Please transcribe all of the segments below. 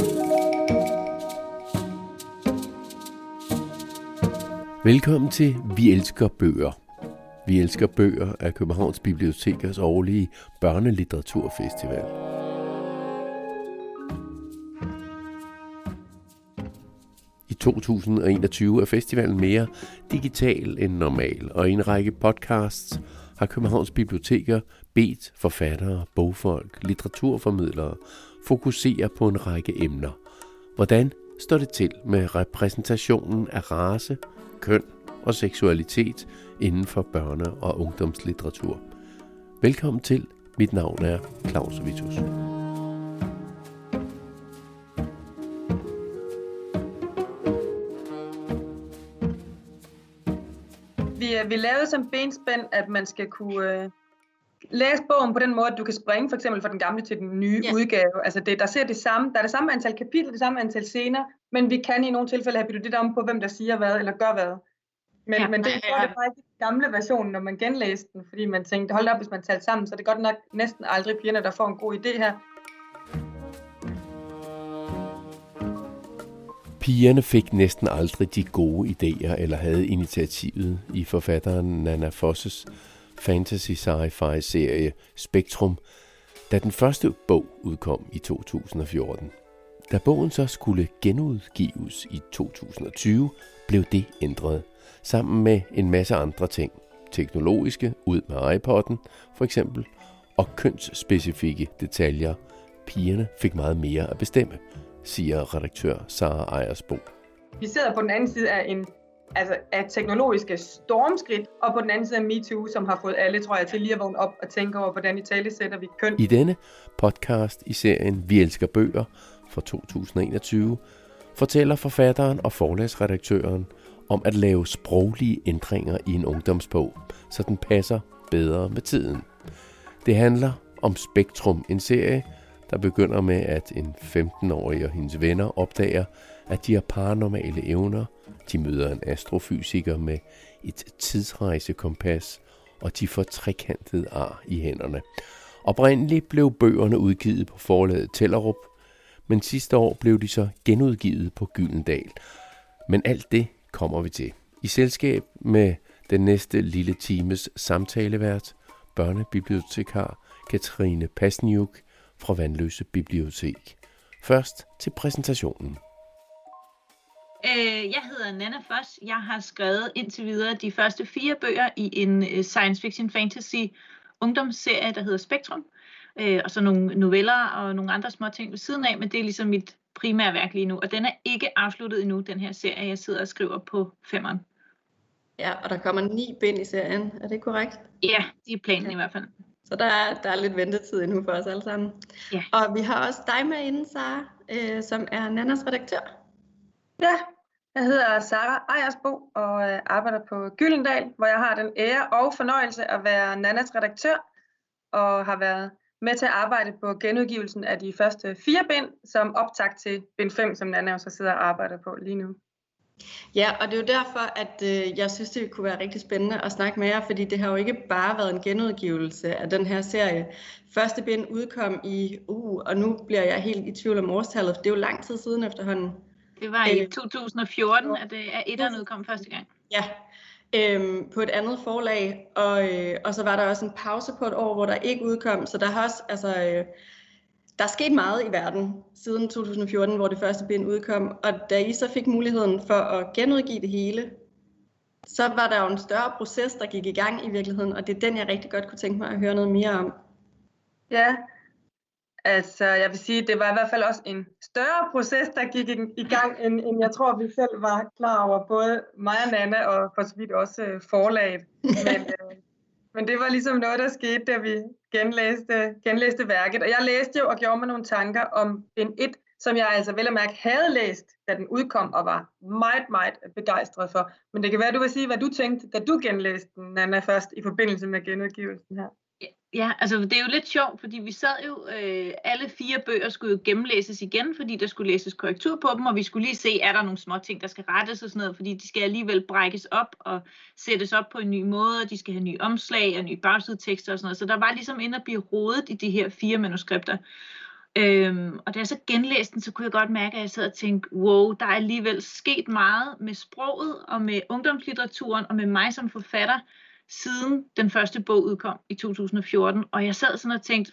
Velkommen til Vi elsker bøger. Vi elsker bøger er Københavns Bibliotekers årlige børnelitteraturfestival. I 2021 er festivalen mere digital end normal, og i en række podcasts har Københavns Biblioteker bedt forfattere, bogfolk, litteraturformidlere fokusere på en række emner. Hvordan står det til med repræsentationen af race, køn og seksualitet inden for børne- og ungdomslitteratur? Velkommen til. Mit navn er Claus Vitus. Vi lavede som benspænd, at man skal kunne læse bogen på den måde, at du kan springe for eksempel fra den gamle til den nye udgave. Altså der er det samme antal kapitler, det samme antal scener, men vi kan i nogle tilfælde have byttet lidt om på, hvem der siger hvad eller gør hvad. Men det er bare ikke den gamle version, når man genlæste den, fordi man tænkte, hold op, hvis man talte sammen, så er det godt nok næsten aldrig pigerne, der får en god idé her. Pigerne fik næsten aldrig de gode idéer eller havde initiativet i forfatteren Nana Fosses fantasy sci-fi serie Spektrum, da den første bog udkom i 2014. Da bogen så skulle genudgives i 2020, blev det ændret, sammen med en masse andre ting. Teknologiske, ud med iPod'en for eksempel, og kønsspecifikke detaljer. Pigerne fik meget mere at bestemme, siger redaktør Sara Ejersbo. Vi sidder på den anden side af teknologiske stormskridt, og på den anden side af MeToo, som har fået alle, tror jeg, til lige at vågne op og tænke over, hvordan i tale sætter vi køn. I denne podcast i serien Vi elsker bøger fra 2021 fortæller forfatteren og forlagsredaktøren om at lave sproglige ændringer i en ungdomsbog, så den passer bedre med tiden. Det handler om Spektrum, en serie, der begynder med, at en 15-årig og hendes venner opdager, at de har paranormale evner. De møder en astrofysiker med et tidsrejsekompas, og de får trekantet ar i hænderne. Oprindeligt blev bøgerne udgivet på forlaget Tellerup, men sidste år blev de så genudgivet på Gyldendal. Men alt det kommer vi til. I selskab med den næste lille times samtalevært, børnebibliotekar Katrine Pasniuk fra Vandløse Bibliotek. Først til præsentationen. Jeg hedder Nana Foss. Jeg har skrevet indtil videre de første 4 bøger i en science fiction fantasy ungdomsserie, der hedder Spektrum. Og så nogle noveller og nogle andre små ting ved siden af, men det er ligesom mit primære værk lige nu. Og den er ikke afsluttet endnu, den her serie. Jeg sidder og skriver på 5'eren. Ja, og der kommer 9 bind i serien. Er det korrekt? Ja, det er planen i hvert fald. Så der er lidt ventetid endnu for os alle sammen. Ja. Og vi har også dig med inden, Sara, som er Nannas redaktør. Ja, jeg hedder Sara Ejersbo og arbejder på Gyldendal, hvor jeg har den ære og fornøjelse at være Nannas redaktør, og har været med til at arbejde på genudgivelsen af de første 4 bind, som optakt til bind 5, som Nanna også sidder og arbejder på lige nu. Ja, og det er jo derfor, at jeg synes, det kunne være rigtig spændende at snakke med jer, fordi det har jo ikke bare været en genudgivelse af den her serie. Første bind udkom i og nu bliver jeg helt i tvivl om årstallet, for det er jo lang tid siden efterhånden. Det var i 2014, at etteren udkom første gang. Ja, på et andet forlag, og så var der også en pause på et år, hvor der ikke udkom, så der har også, der er sket meget i verden siden 2014, hvor det første bind udkom, og da I så fik muligheden for at genudgive det hele, så var der jo en større proces, der gik i gang i virkeligheden, og det er den, jeg rigtig godt kunne tænke mig at høre noget mere om. Ja, altså jeg vil sige, det var i hvert fald også en større proces, der gik i gang, end jeg tror, vi selv var klar over, både mig og Nanna, og for så vidt også forlaget. Men det var ligesom noget, der skete, da vi genlæste værket. Og jeg læste jo og gjorde mig nogle tanker om bind 1, som jeg altså vel at mærke havde læst, da den udkom, og var meget, meget begejstret for. Men det kan være, du vil sige, hvad du tænkte, da du genlæste den, Nanna, først i forbindelse med genudgivelsen her. Ja, altså det er jo lidt sjovt, fordi vi sad jo, alle 4 bøger skulle jo gennemlæses igen, fordi der skulle læses korrektur på dem, og vi skulle lige se, er der nogle små ting, der skal rettes og sådan noget, fordi de skal alligevel brækkes op og sættes op på en ny måde, og de skal have nye omslag og nye bagsidetekster og sådan noget. Så der var ligesom inde at blive rodet i de her 4 manuskripter. Og da jeg så genlæste den, så kunne jeg godt mærke, at jeg sad og tænkte, wow, der er alligevel sket meget med sproget og med ungdomslitteraturen og med mig som forfatter, siden den første bog udkom i 2014. Og jeg sad sådan og tænkte,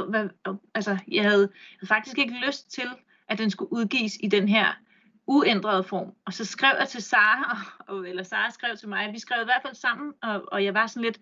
jeg havde faktisk ikke lyst til, at den skulle udgives i den her uændrede form. Og så skrev jeg til Sara, eller Sara skrev til mig, vi skrev i hvert fald sammen, og jeg var sådan lidt,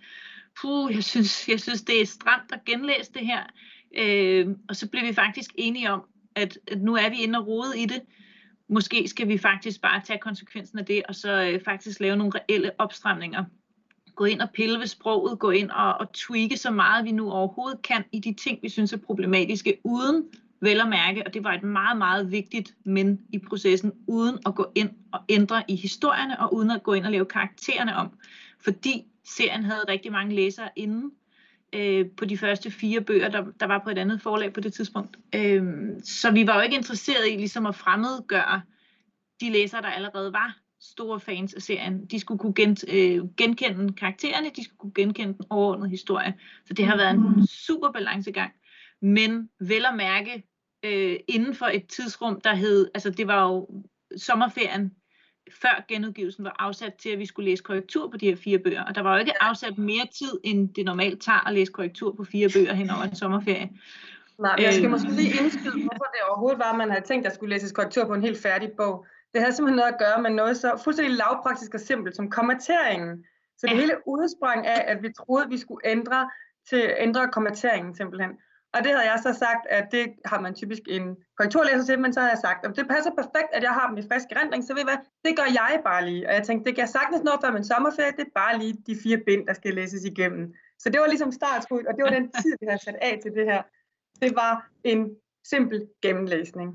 jeg synes det er stramt at genlæse det her. Og så blev vi faktisk enige om, at nu er vi inde og rode i det. Måske skal vi faktisk bare tage konsekvensen af det, og så faktisk lave nogle reelle opstramninger. Gå ind og pille ved sproget, gå ind og tweake så meget, vi nu overhovedet kan i de ting, vi synes er problematiske, uden vel at mærke, og det var et meget, meget vigtigt men i processen, uden at gå ind og ændre i historierne, og uden at gå ind og lave karaktererne om. Fordi serien havde rigtig mange læsere inden, på de første 4 bøger, der var på et andet forlag på det tidspunkt. Så vi var jo ikke interesseret i ligesom at fremmedgøre de læsere, der allerede var store fans af serien. De skulle kunne genkende karaktererne, de skulle kunne genkende den overordnede historie. Så det har været en super balancegang. Men vel at mærke inden for et tidsrum, der hed, altså det var jo sommerferien, før genudgivelsen var afsat til, at vi skulle læse korrektur på de her 4 bøger. Og der var jo ikke afsat mere tid, end det normalt tager at læse korrektur på 4 bøger hen over en sommerferie. Nej, men jeg skal måske lige indskyde, hvorfor det overhovedet var, at man havde tænkt, at der skulle læses korrektur på en helt færdig bog. Det havde simpelthen noget at gøre med noget så fuldstændig lavpraktisk og simpelt som kommenteringen. Så det hele udsprang af, at vi troede, at vi skulle ændre kommenteringen simpelthen. Og det havde jeg så sagt, at det har man typisk en korrekturlæser til, men så havde jeg sagt, at det passer perfekt, at jeg har dem i frisk erindring, så ved I hvad, det gør jeg bare lige. Og jeg tænkte, det kan jeg sagtens nå før min sommerferie, det er bare lige de 4 bind, der skal læses igennem. Så det var ligesom startskuddet, og det var den tid, vi havde sat af til det her. Det var en simpel gennemlæsning.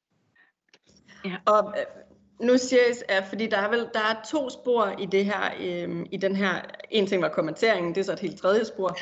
Ja. Og nu siger jeg, fordi der er 2 spor i det her, i den her. En ting var kommenteringen, det er så et helt tredje spor.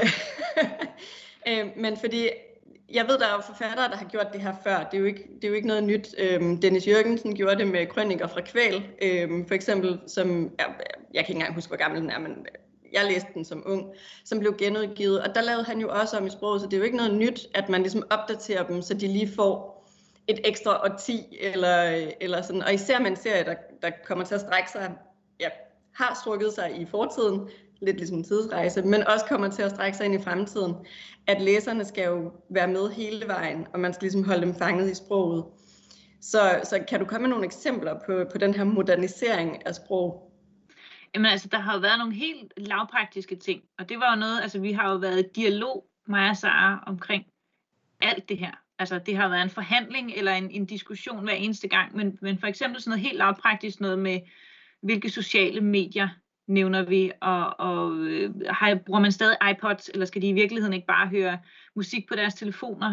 Men fordi jeg ved, der er jo forfattere, der har gjort det her før. Det er jo ikke noget nyt. Dennis Jørgensen gjorde det med Krøniker fra Kvæl, for eksempel, som jeg kan ikke engang huske, hvor gammel den er, men jeg læste den som ung, som blev genudgivet. Og der lavede han jo også om i sproget, så det er jo ikke noget nyt, at man ligesom opdaterer dem, så de lige får et ekstra årti eller sådan. Og især med en serie, der kommer til at strække sig, har strukket sig i fortiden, lidt ligesom en tidsrejse, men også kommer til at strække sig ind i fremtiden, at læserne skal jo være med hele vejen, og man skal ligesom holde dem fanget i sproget. Så kan du komme med nogle eksempler på den her modernisering af sprog? Jamen altså, der har jo været nogle helt lavpraktiske ting, og det var jo noget, altså vi har jo været i dialog, mig og Sara, omkring alt det her. Altså det har været en forhandling eller en diskussion hver eneste gang, men for eksempel sådan noget helt lavpraktisk, noget med hvilke sociale medier nævner vi, og bruger man stadig iPods, eller skal de i virkeligheden ikke bare høre musik på deres telefoner?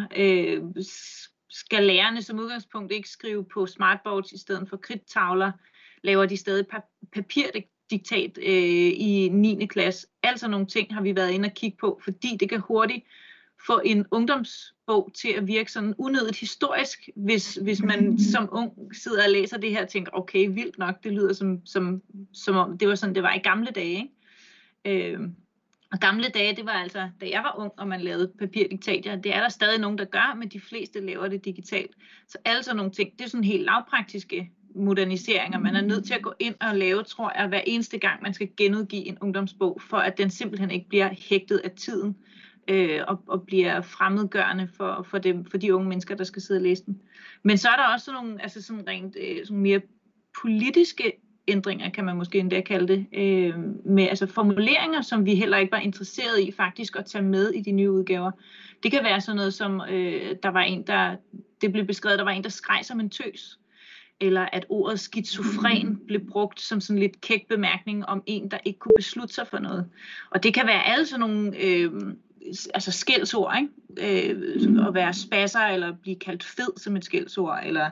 Skal lærerne som udgangspunkt ikke skrive på smartboards i stedet for kridttavler? Laver de stadig papirdiktat i 9. klasse? Altså nogle ting har vi været inde og kigge på, fordi det kan hurtigt få en ungdomsbog til at virke sådan unødigt historisk, hvis man som ung sidder og læser det her og tænker, okay, vildt nok, det lyder som om det var sådan, det var i gamle dage. Ikke? Og gamle dage, det var altså, da jeg var ung, og man lavede papirdiktater, det er der stadig nogen, der gør, men de fleste laver det digitalt. Så altså nogle ting, det er sådan helt lavpraktiske moderniseringer. Man er nødt til at gå ind og lave, tror jeg, hver eneste gang, man skal genudgive en ungdomsbog, for at den simpelthen ikke bliver hægtet af tiden, og bliver fremmedgørende for de unge mennesker, der skal sidde og læse den. Men så er der også sådan nogle, altså sådan rent sådan mere politiske ændringer, kan man måske endda kalde det, med altså formuleringer, som vi heller ikke var interesseret i faktisk at tage med i de nye udgaver. Det kan være sådan noget som, der var en, det blev beskrevet, der var en, der skreg som en tøs, eller at ordet skizofren blev brugt som sådan lidt kæk bemærkning om en, der ikke kunne beslutte sig for noget. Og det kan være alle sådan nogle altså skældsord, ikke? At være spasser, eller blive kaldt fed som et skældsord, eller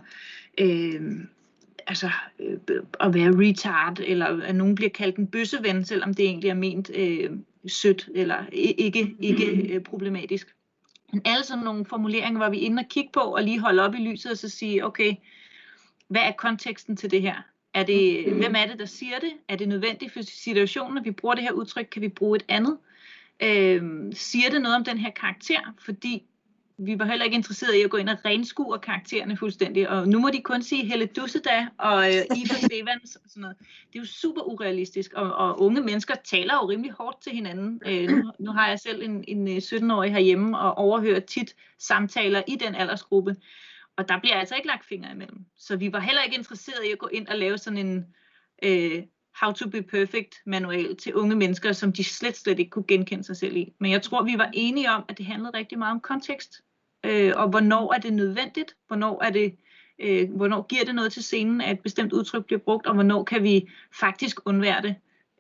at være retard, eller at nogen bliver kaldt en bøsseven, selvom det egentlig er ment sødt, eller ikke problematisk. Men alle sådan nogle formuleringer var vi inde og kigge på, og lige holde op i lyset, og så sige, okay, hvad er konteksten til det her? Hvem er det, der siger det? Er det nødvendigt for situationen, at vi bruger det her udtryk? Kan vi bruge et andet? Siger det noget om den her karakter? Fordi vi var heller ikke interesseret i at gå ind og renskue karaktererne fuldstændig, og nu må de kun sige Helle Dussedag og Eva Stevens og sådan noget. Det er jo super urealistisk, og unge mennesker taler jo rimelig hårdt til hinanden. Nu har jeg selv en 17-årig herhjemme og overhører tit samtaler i den aldersgruppe, og der bliver altså ikke lagt fingre imellem. Så vi var heller ikke interesseret i at gå ind og lave sådan en How to be perfect manual til unge mennesker, som de slet ikke kunne genkende sig selv i. Men jeg tror, vi var enige om, at det handlede rigtig meget om kontekst. Og hvornår er det nødvendigt? Hvornår giver det noget til scenen, at et bestemt udtryk bliver brugt? Og hvornår kan vi faktisk undvære det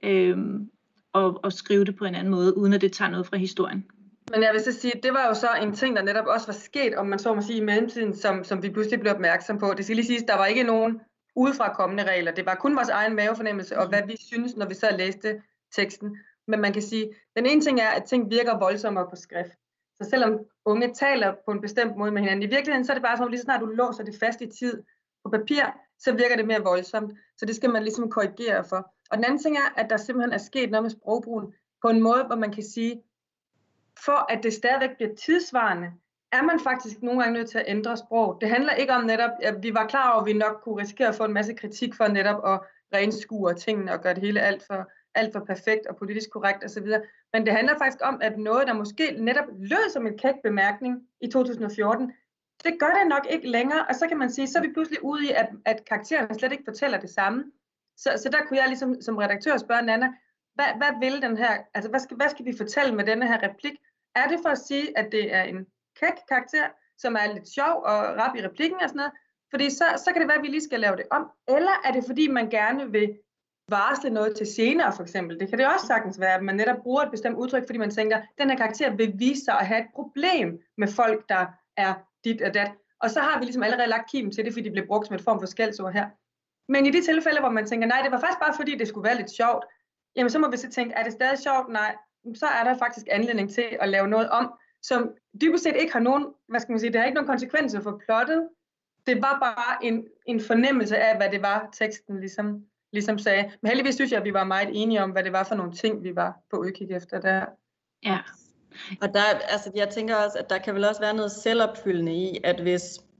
og skrive det på en anden måde, uden at det tager noget fra historien? Men jeg vil så sige, at det var jo så en ting, der netop også var sket, om man så må sige, i mellemtiden, som vi pludselig blev opmærksom på. Det skal lige siges, der var ikke nogen udefra kommende regler. Det var kun vores egen mavefornemmelse, og hvad vi synes, når vi så læste teksten. Men man kan sige, den ene ting er, at ting virker voldsommere på skrift. Så selvom unge taler på en bestemt måde med hinanden, i virkeligheden så er det bare som, lige så snart du låser det fast i tid på papir, så virker det mere voldsomt. Så det skal man ligesom korrigere for. Og den anden ting er, at der simpelthen er sket noget med sprogbrugen på en måde, hvor man kan sige, for at det stadigvæk bliver tidsvarende, er man faktisk nogle gange nødt til at ændre sprog. Det handler ikke om netop, at vi var klar over, at vi nok kunne risikere at få en masse kritik for netop at renskue tingene og gøre det hele alt for perfekt og politisk korrekt osv. Men det handler faktisk om, at noget, der måske netop lød som en kæk bemærkning i 2014, det gør det nok ikke længere, og så kan man sige, så er vi pludselig ude i, at karaktererne slet ikke fortæller det samme. Så der kunne jeg ligesom som redaktør spørge Nanna, hvad vil den her, altså hvad skal vi fortælle med denne her replik? Er det for at sige, at det er en kæk karakter, som er lidt sjov og rap i replikken og sådan noget? Fordi så kan det være, at vi lige skal lave det om. Eller er det fordi, man gerne vil varsle noget til senere, for eksempel? Det kan det også sagtens være, at man netop bruger et bestemt udtryk, fordi man tænker, at den her karakter vil vise sig at have et problem med folk, der er dit og dat. Og så har vi ligesom allerede lagt kimen til det, fordi det bliver brugt som et form for skældsord her. Men i de tilfælde, hvor man tænker, nej, det var faktisk bare fordi, det skulle være lidt sjovt, jamen så må vi så tænke, er det stadig sjovt? Nej, så er der faktisk anledning til at lave noget om, som dybest set ikke har nogen, det har ikke nogen konsekvenser for plottet. Det var bare en fornemmelse af, hvad det var, teksten ligesom sagde. Men heldigvis synes jeg, at vi var meget enige om, hvad det var for nogle ting, vi var på udkig efter der. Ja. Og der, altså jeg tænker også, at der kan vel også være noget selvopfyldende i, at hvis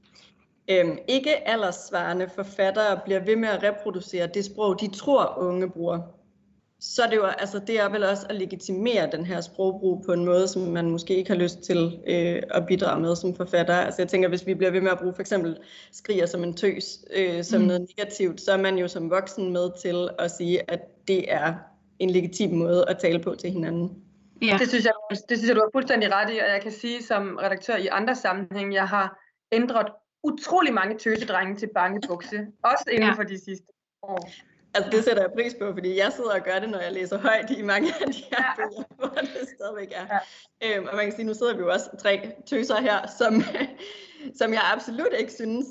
ikke alderssvarende forfattere bliver ved med at reproducere det sprog, de tror unge bruger, så er det jo, altså det er vel også at legitimere den her sprogbrug på en måde, som man måske ikke har lyst til at bidrage med som forfatter. Altså jeg tænker, hvis vi bliver ved med at bruge for eksempel skriger som en tøs, som noget negativt, så er man jo som voksen med til at sige, at det er en legitim måde at tale på til hinanden. Ja. Det synes jeg, du har fuldstændig ret i, og jeg kan sige som redaktør i andre sammenhæng, jeg har ændret utrolig mange tøsedrenge til bangebukse, også inden for de sidste år. Altså det sætter jeg pris på, fordi jeg sidder og gør det, når jeg læser højt i mange af de her bøger, hvor det stadigvæk er. Ja. Og man kan sige, nu sidder vi jo også 3 tøser her, som jeg absolut ikke synes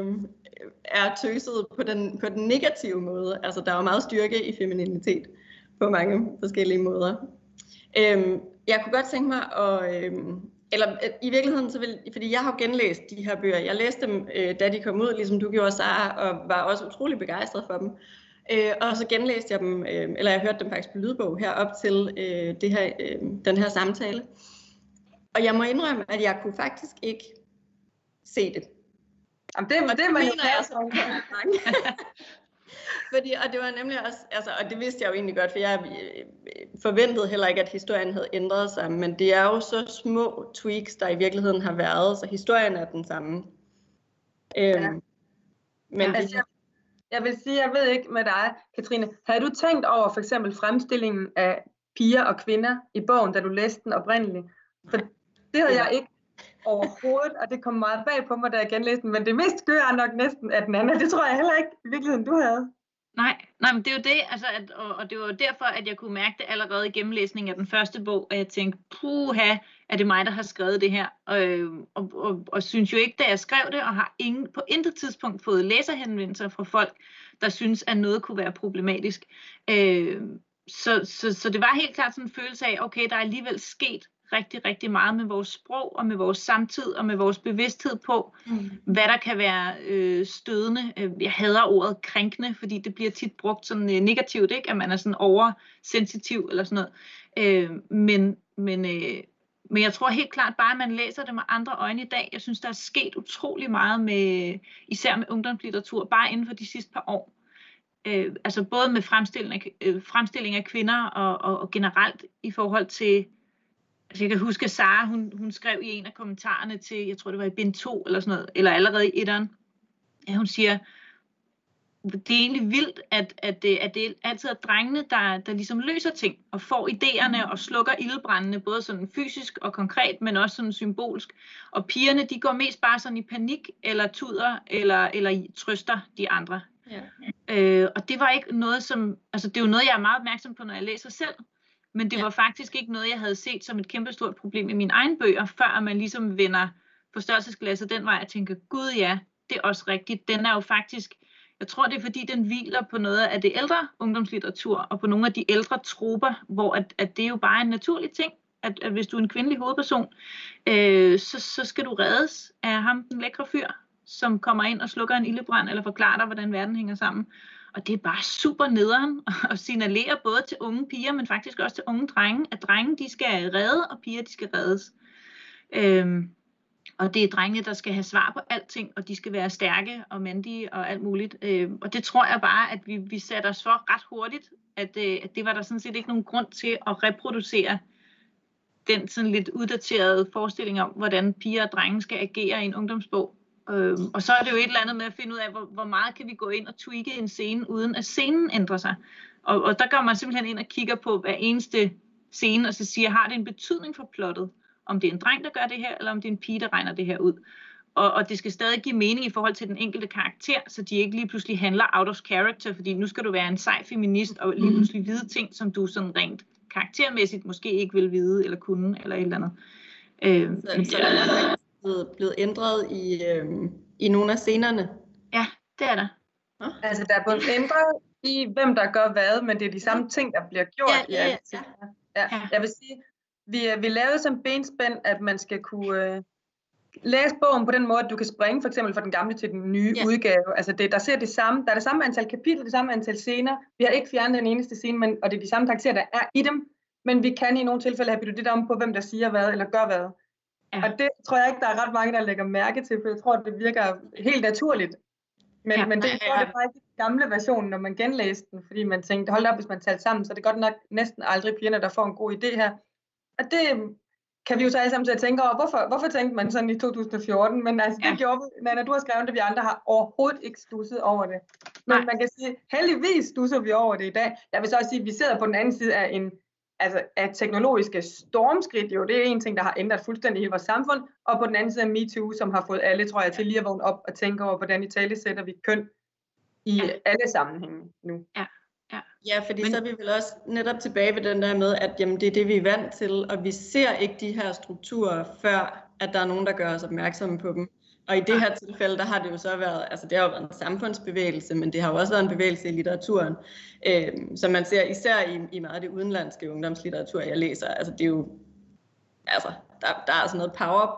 er tøset på den negative måde. Altså der er jo meget styrke i femininitet på mange forskellige måder. Jeg kunne godt tænke mig at... Eller i virkeligheden, fordi jeg har genlæst de her bøger. Jeg læste dem, da de kom ud, ligesom du gjorde, Sara, og var også utrolig begejstret for dem. Og så genlæste jeg dem, eller jeg hørte dem faktisk på lydbog herop til den her samtale. Og jeg må indrømme, at jeg kunne faktisk ikke se det. Jamen det var jo Fordi, og det var nemlig også, altså, og det vidste jeg jo egentlig godt, for jeg forventede heller ikke, at historien havde ændret sig, men det er jo så små tweaks, der i virkeligheden har været, så historien er den samme. Men jeg vil sige, jeg ved ikke med dig, Katrine, havde du tænkt over for eksempel fremstillingen af piger og kvinder i bogen, da du læste den oprindeligt? For det havde jeg ikke overhovedet, og det kom meget bag på mig, da jeg genlæste den, men det mest gør jeg nok næsten af den anden. Det tror jeg heller ikke i virkeligheden, du havde. Nej, men det er jo det, altså, og det var jo derfor, at jeg kunne mærke det allerede i gennemlæsningen af den første bog, at jeg tænkte, puha, er det mig, der har skrevet det her? Og synes jo ikke, da jeg skrev det, og har på intet tidspunkt fået læserhenvendelser fra folk, der synes, at noget kunne være problematisk. Så det var helt klart sådan en følelse af, okay, der er alligevel sket rigtig, rigtig meget med vores sprog og med vores samtid og med vores bevidsthed på, hvad der kan være stødende. Jeg hader ordet krænkende, fordi det bliver tit brugt sådan negativt, ikke? At man er sådan oversensitiv eller sådan noget. Men Men jeg tror helt klart bare, at man læser det med andre øjne i dag. Jeg synes, der er sket utrolig meget med, især med ungdomslitteratur, bare inden for de sidste par år. Altså både med fremstilling af kvinder og generelt i forhold til, altså jeg kan huske, at Sara, hun skrev i en af kommentarerne til, jeg tror det var i bind 2 eller sådan noget, eller allerede i 1'eren, at hun siger, det er egentlig vildt, at det altid er drengene, der ligesom løser ting og får idéerne og slukker ildbrændene, både sådan fysisk og konkret, men også sådan symbolsk. Og pigerne, de går mest bare sådan i panik, eller tuder, eller trøster de andre. Ja. Og det var ikke noget, som, altså det er jo noget, jeg er meget opmærksom på, når jeg læser selv, men det var faktisk ikke noget, jeg havde set som et kæmpestort problem i mine egne bøger, før man ligesom vender forstørrelsesglasset den vej og tænker, gud ja, det er også rigtigt. Den er jo faktisk, jeg tror det er fordi, den hviler på noget af det ældre ungdomslitteratur, og på nogle af de ældre troper, hvor at det er jo bare en naturlig ting, at hvis du er en kvindelig hovedperson, så skal du reddes af ham, den lækre fyr, som kommer ind og slukker en ildebrand, eller forklarer dig, hvordan verden hænger sammen. Og det er bare super nederen at signalere både til unge piger, men faktisk også til unge drenge, at drenge de skal redde, og piger de skal reddes. Og det er drengene, der skal have svar på alting, og de skal være stærke og mandige og alt muligt. Og det tror jeg bare, at vi satte os for ret hurtigt, at det var der sådan set ikke nogen grund til at reproducere den sådan lidt uddaterede forestilling om, hvordan piger og drenge skal agere i en ungdomsbog. Og så er det jo et eller andet med at finde ud af, hvor meget kan vi gå ind og tweake en scene, uden at scenen ændrer sig. Og der går man simpelthen ind og kigger på hver eneste scene, og så siger, har det en betydning for plottet? Om det er en dreng, der gør det her, eller om det er en pige, der regner det her ud. Og det skal stadig give mening i forhold til den enkelte karakter, så de ikke lige pludselig handler out of character, fordi nu skal du være en sej feminist, og lige pludselig vide ting, som du sådan rent karaktermæssigt måske ikke vil vide, eller kunne, eller et eller andet. Så der er blevet ændret i nogle af scenerne? Ja, det er der. Altså, der er blevet ændret i, hvem der gør hvad, men det er de samme ting, der bliver gjort i alle scener. Ja. Jeg vil sige, vi lavede som benspænd, at man skal kunne læse bogen på den måde, at du kan springe for eksempel fra den gamle til den nye udgave. Altså der ser det samme, der er det samme antal kapitler, det samme antal scener. Vi har ikke fjernet den eneste scene, og det er de samme karakterer, der er i dem. Men vi kan i nogle tilfælde have byttet det om på, hvem der siger hvad eller gør hvad. Ja. Og det tror jeg ikke, der er ret mange, der lægger mærke til, for jeg tror, det virker helt naturligt. Men det tror jeg faktisk ikke den gamle version, når man genlæste den, fordi man tænkte, hold op, hvis man talte sammen, så er det godt nok næsten aldrig pigerne, der får en god idé her. Og det kan vi jo så alle sammen til at tænke over, hvorfor tænkte man sådan i 2014? Men altså, det gjorde vi, Nanna, du har skrevet det, vi andre har overhovedet ikke stusset over det. Men man kan sige, heldigvis stusser vi over det i dag. Jeg vil så også sige, at vi sidder på den anden side af teknologiske stormskridt, jo. Det er en ting, der har ændret fuldstændig hele vores samfund, og på den anden side af MeToo, som har fået alle, tror jeg, til lige at vågne op og tænke over, hvordan i tale sætter vi køn i alle sammenhænge nu. Ja, fordi så er vi vel også netop tilbage ved den der med, at jamen, det er det, vi er vant til, og vi ser ikke de her strukturer, før at der er nogen, der gør os opmærksomme på dem. Og i det her tilfælde, der har det jo så været, altså det har jo været en samfundsbevægelse, men det har jo også været en bevægelse i litteraturen, som man ser især i meget af det udenlandske ungdomslitteratur, jeg læser. Altså det er jo, altså der er altså noget power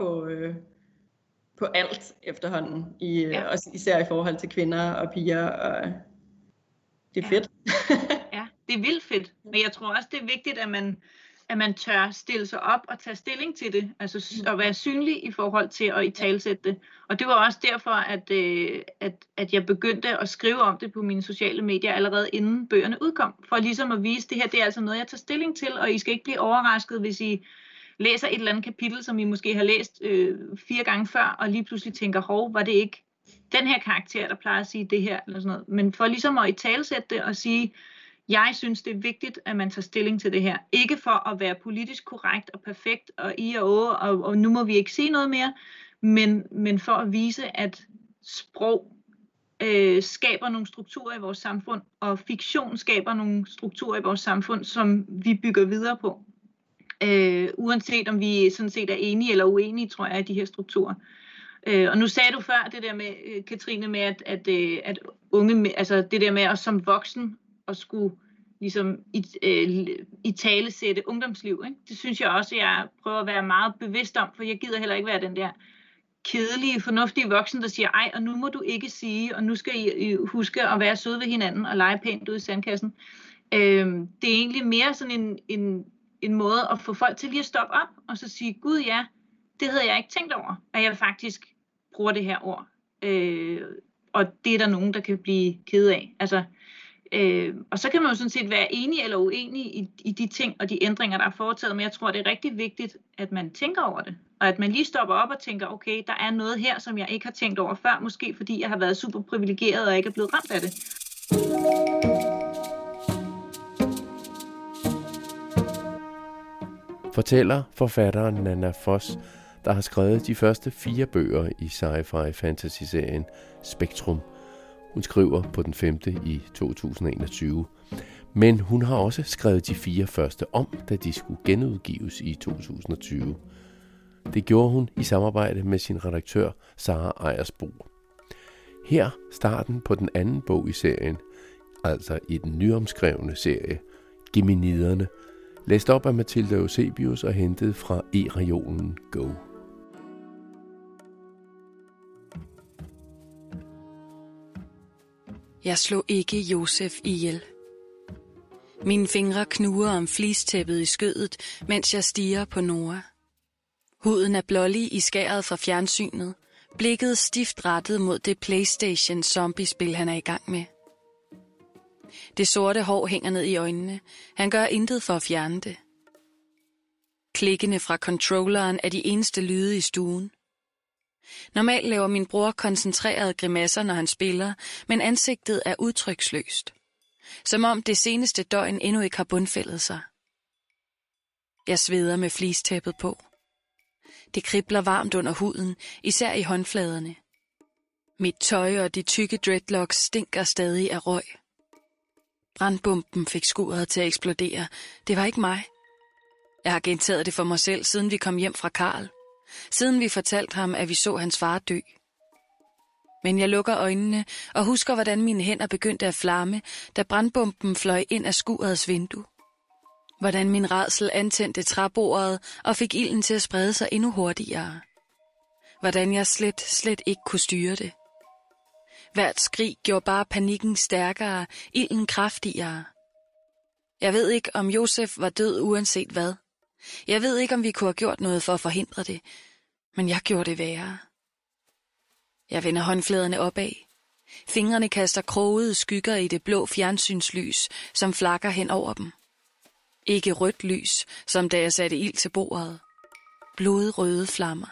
på alt efterhånden, også især i forhold til kvinder og piger, og det er fedt. Ja, det er vildt fedt, men jeg tror også, det er vigtigt, at man tør stille sig op og tage stilling til det, altså at være synlig i forhold til at italesætte det. Og det var også derfor, at jeg begyndte at skrive om det på mine sociale medier allerede inden bøgerne udkom, for ligesom at vise, at det her det er altså noget, jeg tager stilling til, og I skal ikke blive overrasket, hvis I læser et eller andet kapitel, som I måske har læst 4 gange før, og lige pludselig tænker, hov, var det ikke den her karakter, der plejer at sige det her, eller sådan noget. Men for ligesom at italesætte det og sige, jeg synes, det er vigtigt, at man tager stilling til det her. Ikke for at være politisk korrekt og perfekt og og nu må vi ikke sige noget mere, men for at vise, at sprog skaber nogle strukturer i vores samfund, og fiktion skaber nogle strukturer i vores samfund, som vi bygger videre på. Uanset om vi sådan set er enige eller uenige, tror jeg, i de her strukturer. Og nu sagde du før det der med, Katrine, med at unge, altså det der med at som voksen at skulle ligesom italesætte ungdomsliv, ikke? Det synes jeg også, jeg prøver at være meget bevidst om, for jeg gider heller ikke være den der kedelige, fornuftige voksen, der siger, ej, og nu må du ikke sige, og nu skal I huske at være søde ved hinanden og lege pænt ud i sandkassen. Det er egentlig mere sådan en en måde at få folk til lige at stoppe op og så sige, gud ja, det havde jeg ikke tænkt over, at jeg faktisk bruger det her ord. Og det er der nogen, der kan blive ked af. Altså, og så kan man jo sådan set være enig eller uenig i de ting og de ændringer, der er foretaget, men jeg tror, det er rigtig vigtigt, at man tænker over det. Og at man lige stopper op og tænker, okay, der er noget her, som jeg ikke har tænkt over før, måske fordi jeg har været super privilegeret og ikke er blevet ramt af det. Fortæller forfatteren Nanna Foss, der har skrevet de første 4 bøger i sci-fi fantasy-serien Spektrum. Hun skriver på den 5. i 2021. Men hun har også skrevet de 4 første om, da de skulle genudgives i 2020. Det gjorde hun i samarbejde med sin redaktør Sara Ejersbo. Her starten på den anden bog i serien, altså i den nyomskrevne serie Geminiderne, læst op af Mathilde Eusebius og hentet fra e-reolen Go. Jeg slog ikke Josef ihjel. Mine fingre knurrer om flistæppet i skødet, mens jeg stirrer på Nora. Huden er blålig i skæret fra fjernsynet, blikket stift rettet mod det PlayStation zombiespil, han er i gang med. Det sorte hår hænger ned i øjnene. Han gør intet for at fjerne det. Klikkene fra controlleren er de eneste lyde i stuen. Normalt laver min bror koncentrerede grimasser, når han spiller, men ansigtet er udtryksløst. Som om det seneste døgn endnu ikke har bundfældet sig. Jeg sveder med flistæppet på. Det kribler varmt under huden, især i håndfladerne. Mit tøj og de tykke dreadlocks stinker stadig af røg. Brandbomben fik skuret til at eksplodere. Det var ikke mig. Jeg har gentaget det for mig selv, siden vi kom hjem fra Karl. Siden vi fortalte ham, at vi så hans far dø. Men jeg lukker øjnene og husker, hvordan mine hænder begyndte at flamme, da brandbomben fløj ind af skurets vindue. Hvordan min rædsel antændte træbordet og fik ilden til at sprede sig endnu hurtigere. Hvordan jeg slet ikke kunne styre det. Hvert skrig gjorde bare panikken stærkere, ilden kraftigere. Jeg ved ikke, om Josef var død uanset hvad. Jeg ved ikke, om vi kunne have gjort noget for at forhindre det, men jeg gjorde det værre. Jeg vender håndfladerne opad. Fingrene kaster krogede skygger i det blå fjernsynslys, som flakker hen over dem. Ikke rødt lys, som da jeg satte ild til bordet. Blodrøde flammer.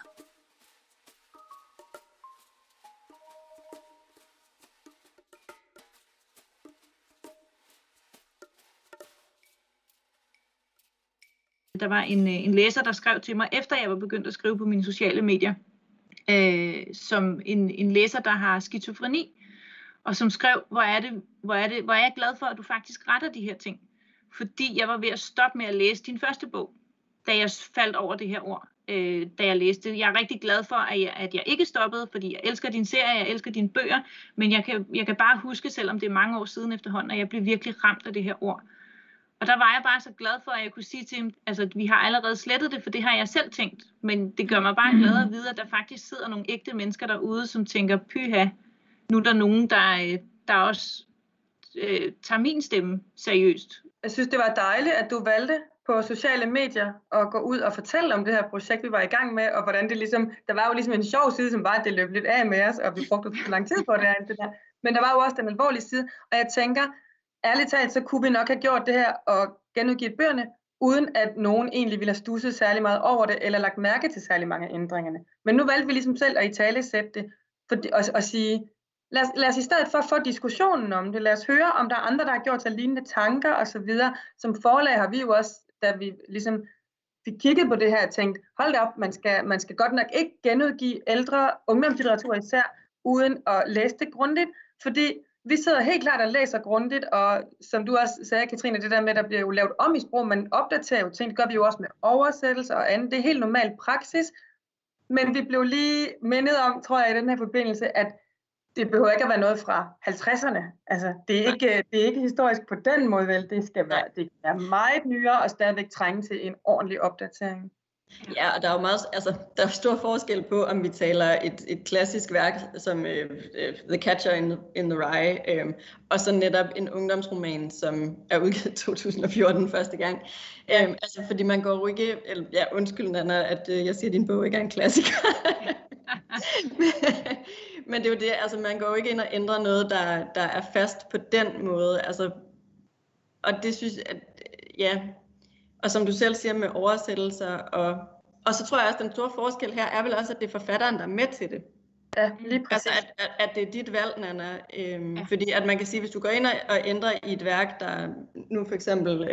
Der var en læser, der skrev til mig, efter jeg var begyndt at skrive på mine sociale medier, som en læser, der har skizofreni, og som skrev, hvor er jeg glad for, at du faktisk retter de her ting. Fordi jeg var ved at stoppe med at læse din første bog, da jeg faldt over det her ord, da jeg læste. Jeg er rigtig glad for, at jeg ikke stoppede, fordi jeg elsker din serie, jeg elsker dine bøger, men jeg kan bare huske, selvom det er mange år siden efterhånden, at jeg blev virkelig ramt af det her ord. Og der var jeg bare så glad for, at jeg kunne sige til ham, altså vi har allerede slettet det, for det har jeg selv tænkt. Men det gør mig bare glad at vide, at der faktisk sidder nogle ægte mennesker derude, som tænker, pyha, nu er der nogen, der også tager min stemme seriøst. Jeg synes, det var dejligt, at du valgte på sociale medier at gå ud og fortælle om det her projekt, vi var i gang med, og hvordan det ligesom, der var jo ligesom en sjov side, som var, at det løb lidt af med os, og vi brugte for lang tid på det der. Men der var jo også den alvorlige side, og jeg tænker, ærligt talt, så kunne vi nok have gjort det her og genudgivet bøgerne, uden at nogen egentlig ville have stusset særlig meget over det, eller lagt mærke til særlig mange af ændringerne. Men nu valgte vi ligesom selv at italesætte det, og sige, lad os i stedet for få diskussionen om det, lad os høre, om der er andre, der har gjort sig lignende tanker osv. Som forlag har vi jo også, da vi ligesom fik kigget på det her, tænkt, hold da op, man skal godt nok ikke genudgive ældre ungdomslitteratur især, uden at læse det grundigt, fordi vi sidder helt klart og læser grundigt, og som du også sagde, Katrine, det der med, at der bliver jo lavet om i sprog, man opdaterer jo ting, det gør vi jo også med oversættelser og andet, det er helt normal praksis, men vi blev lige mindet om, tror jeg, i den her forbindelse, at det behøver ikke at være noget fra 50'erne, altså det er ikke historisk på den måde, vel, det er meget nyere og stadigvæk trænge til en ordentlig opdatering. Ja, og der er jo meget, altså, der er stor forskel på, om vi taler et klassisk værk som The Catcher in the Rye, og så netop en ungdomsroman, som er udgivet i 2014 første gang. Altså, fordi man går jo ikke, undskyld Nanna, at jeg siger, at din bog ikke er en klassiker. Men det er jo det, altså man går jo ikke ind og ændrer noget, der er fast på den måde. Altså, og det synes jeg, ja. Og som du selv siger med oversættelser, og så tror jeg også, at den store forskel her er vel også, at det er forfatteren, der er med til det. Ja, lige præcis. Altså, at det er dit valg, Nanna. Fordi at man kan sige, hvis du går ind og ændrer i et værk, der nu for eksempel...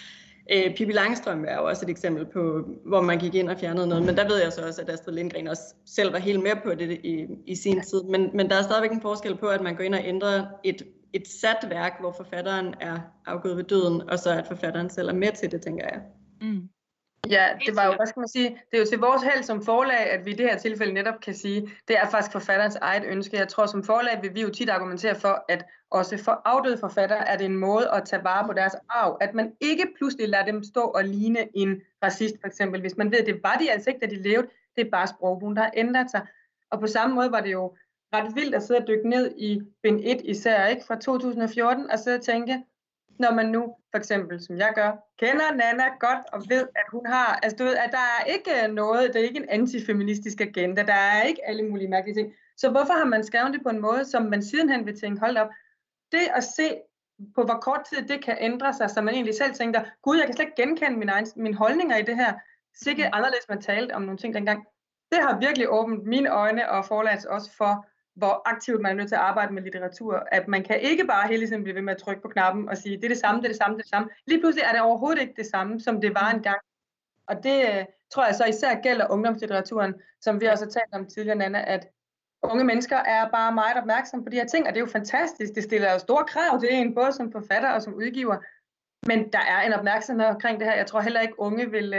Pippi Langstrømpe er jo også et eksempel på, hvor man gik ind og fjernede noget, men der ved jeg så også, at Astrid Lindgren også selv var helt med på det i sin tid. Men der er stadigvæk en forskel på, at man går ind og ændrer et sat værk, hvor forfatteren er afgået ved døden, og så at forfatteren selv er med til det, tænker jeg. Mm. Ja, det var jo, hvad skal man sige, det er jo til vores held som forlag, at vi i det her tilfælde netop kan sige, det er faktisk forfatterens eget ønske. Jeg tror som forlag vil vi jo tit argumentere for, at også for afdøde forfattere er det en måde at tage vare på deres arv, at man ikke pludselig lader dem stå og ligne en racist for eksempel, hvis man ved, det var de altså ikke, da de levede, det er bare sprogbrugen, der har ændret sig. Og på samme måde var det jo ret vildt at sidde og dykke ned i bind 1 især, ikke, fra 2014, og sidde og tænke, når man nu, for eksempel, som jeg gør, kender Nanna godt og ved, at hun har, altså du ved, at der er ikke noget, der er ikke en antifeministisk agenda, der er ikke alle mulige mærkelige ting. Så hvorfor har man skrevet det på en måde, som man sidenhen vil tænke, hold op, det at se på, hvor kort tid det kan ændre sig, så man egentlig selv tænker, gud, jeg kan slet ikke genkende mine holdninger i det her, sikkert anderledes man talte om nogle ting dengang. Det har virkelig åbnet mine øjne og forlagets også for, hvor aktivt man er nødt til at arbejde med litteratur, at man kan ikke bare hele tiden blive ved med at trykke på knappen og sige, det er det samme, det er det samme, det er det samme. Lige pludselig er det overhovedet ikke det samme, som det var engang. Og det tror jeg så især gælder ungdomslitteraturen, som vi også har talt om tidligere, Nanna, at unge mennesker er bare meget opmærksomme på de her ting, og det er jo fantastisk. Det stiller jo store krav til en, både som forfatter og som udgiver. Men der er en opmærksomhed omkring det her. Jeg tror heller ikke, unge vil...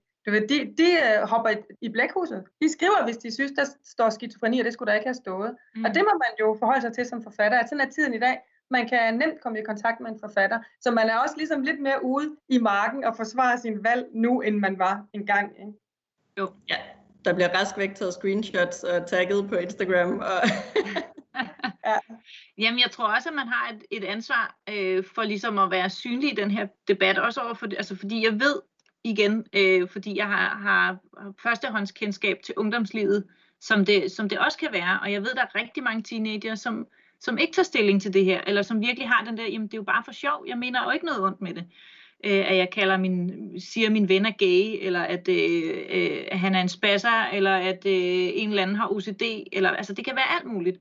De hopper i blækhuset. De skriver, hvis de synes, der står skizofreni, og det skulle der ikke have stået. Og det må man jo forholde sig til som forfatter. At sådan er tiden i dag. Man kan nemt komme i kontakt med en forfatter. Så man er også ligesom lidt mere ude i marken og forsvare sin valg nu, end man var engang. Ikke? Jo, ja. Der bliver rask væk taget screenshots og tagget på Instagram. Og ja. Jamen, jeg tror også, at man har et ansvar for ligesom at være synlig i den her debat. Også overfor, altså fordi jeg ved, igen, fordi jeg har førstehåndskendskab til ungdomslivet, som det også kan være. Og jeg ved, der er rigtig mange teenager, som ikke tager stilling til det her, eller som virkelig har den der, jamen det er jo bare for sjov. Jeg mener jo ikke noget ondt med det. At jeg siger, at min ven er gay, eller at han er en spasser, eller at en eller anden har OCD, eller altså det kan være alt muligt.